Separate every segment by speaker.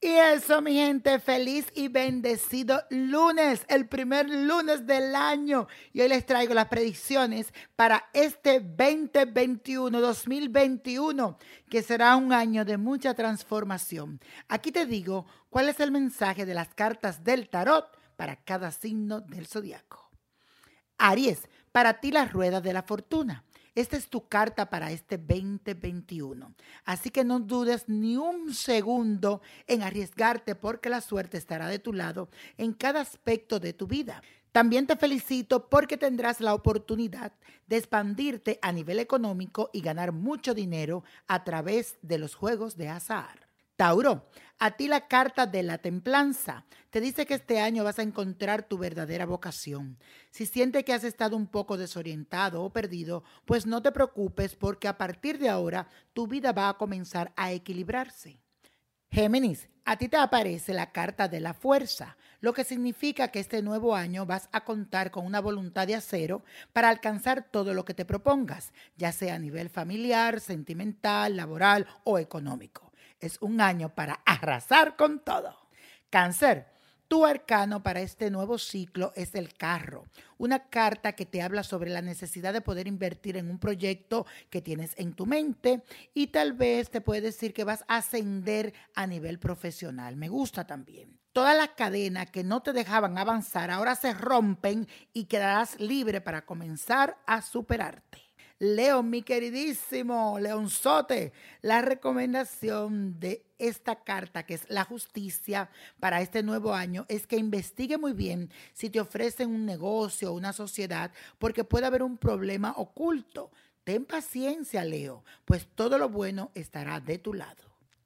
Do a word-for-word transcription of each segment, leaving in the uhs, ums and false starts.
Speaker 1: Y eso, mi gente, feliz y bendecido lunes, el primer lunes del año. Y hoy les traigo las predicciones para este veinte veintiuno, dos mil veintiuno, que será un año de mucha transformación. Aquí te digo cuál es el mensaje de las cartas del tarot para cada signo del zodiaco. Aries, para ti la rueda de la fortuna. Esta es tu carta para este veinte veintiuno. Así que no dudes ni un segundo en arriesgarte porque la suerte estará de tu lado en cada aspecto de tu vida. También te felicito porque tendrás la oportunidad de expandirte a nivel económico y ganar mucho dinero a través de los juegos de azar. Tauro, a ti la carta de la templanza te dice que este año vas a encontrar tu verdadera vocación. Si sientes que has estado un poco desorientado o perdido, pues no te preocupes porque a partir de ahora tu vida va a comenzar a equilibrarse. Géminis, a ti te aparece la carta de la fuerza, lo que significa que este nuevo año vas a contar con una voluntad de acero para alcanzar todo lo que te propongas, ya sea a nivel familiar, sentimental, laboral o económico. Es un año para arrasar con todo. Cáncer, tu arcano para este nuevo ciclo es el carro, una carta que te habla sobre la necesidad de poder invertir en un proyecto que tienes en tu mente y tal vez te puede decir que vas a ascender a nivel profesional. Me gusta también. Todas las cadenas que no te dejaban avanzar ahora se rompen y quedarás libre para comenzar a superarte. Leo, mi queridísimo Leonzote, la recomendación de esta carta, que es la justicia para este nuevo año, es que investigue muy bien si te ofrecen un negocio o una sociedad, porque puede haber un problema oculto. Ten paciencia, Leo, pues todo lo bueno estará de tu lado.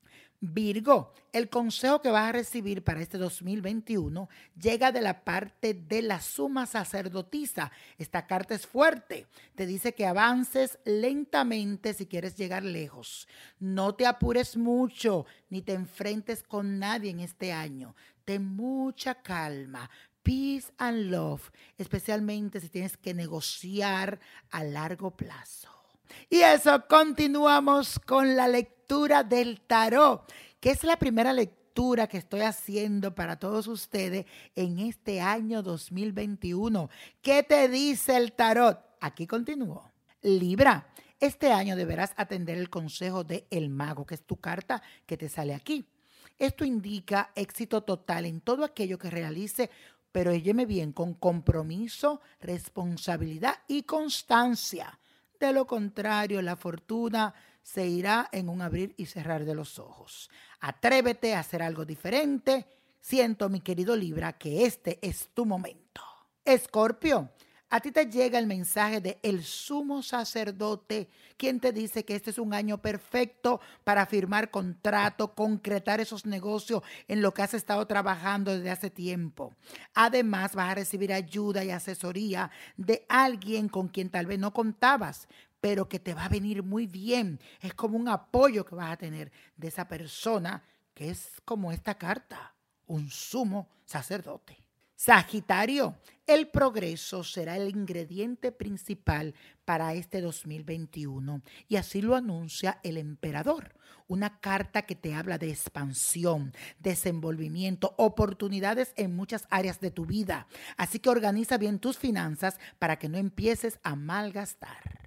Speaker 1: Virgo, el consejo que vas a recibir para este dos mil veintiuno llega de la parte de la suma sacerdotisa. Esta carta es fuerte. Te dice que avances lentamente si quieres llegar lejos. No te apures mucho ni te enfrentes con nadie en este año. Ten mucha calma. Peace and love, especialmente si tienes que negociar a largo plazo. Y eso, continuamos con la lectura del tarot, que es la primera lectura que estoy haciendo para todos ustedes en este año dos mil veintiuno. ¿Qué te dice el tarot? Aquí continúo. Libra, este año deberás atender el consejo de El Mago, que es tu carta que te sale aquí. Esto indica éxito total en todo aquello que realice, pero óyeme bien, con compromiso, responsabilidad y constancia. De lo contrario, la fortuna se irá en un abrir y cerrar de los ojos. Atrévete a hacer algo diferente. Siento, mi querido Libra, que este es tu momento. Escorpio, a ti te llega el mensaje de el sumo sacerdote, quien te dice que este es un año perfecto para firmar contrato, concretar esos negocios en lo que has estado trabajando desde hace tiempo. Además, vas a recibir ayuda y asesoría de alguien con quien tal vez no contabas, pero que te va a venir muy bien. Es como un apoyo que vas a tener de esa persona que es como esta carta, un sumo sacerdote. Sagitario, el progreso será el ingrediente principal para este dos mil veintiuno y así lo anuncia el emperador, una carta que te habla de expansión, desenvolvimiento, oportunidades en muchas áreas de tu vida. Así que organiza bien tus finanzas para que no empieces a malgastar.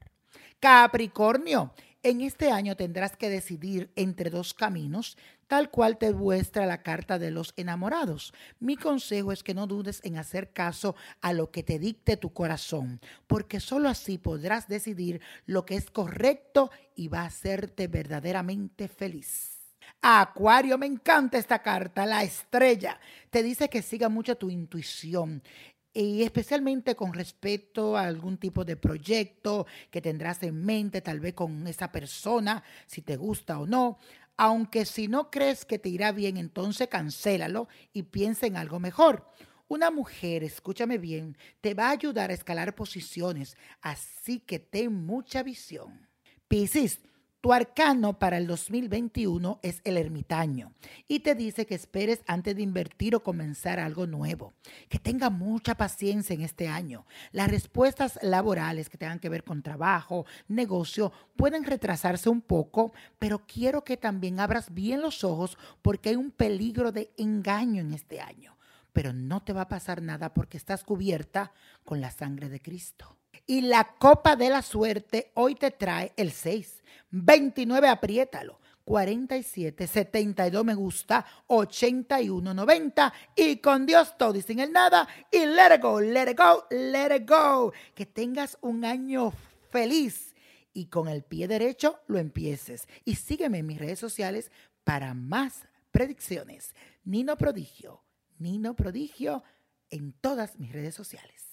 Speaker 1: Capricornio, en este año tendrás que decidir entre dos caminos, tal cual te muestra la carta de los enamorados. Mi consejo es que no dudes en hacer caso a lo que te dicte tu corazón, porque solo así podrás decidir lo que es correcto y va a hacerte verdaderamente feliz. Acuario, me encanta esta carta, la estrella. Te dice que siga mucho tu intuición. Y especialmente con respecto a algún tipo de proyecto que tendrás en mente, tal vez con esa persona, si te gusta o no. Aunque si no crees que te irá bien, entonces cancélalo y piensa en algo mejor. Una mujer, escúchame bien, te va a ayudar a escalar posiciones, así que ten mucha visión. Piscis, Tu arcano para el dos mil veintiuno es el ermitaño y te dice que esperes antes de invertir o comenzar algo nuevo, que tenga mucha paciencia en este año. Las respuestas laborales que tengan que ver con trabajo, negocio, pueden retrasarse un poco, pero quiero que también abras bien los ojos porque hay un peligro de engaño en este año. Pero no te va a pasar nada porque estás cubierta con la sangre de Cristo. Y la copa de la suerte hoy te trae el seis, veintinueve, apriétalo, cuarenta y siete, setenta y dos, me gusta, ochenta y uno, noventa, y con Dios todo y sin el nada, y let it go, let it go, let it go. Que tengas un año feliz y con el pie derecho lo empieces. Y sígueme en mis redes sociales para más predicciones. Nino Prodigio, Nino Prodigio en todas mis redes sociales.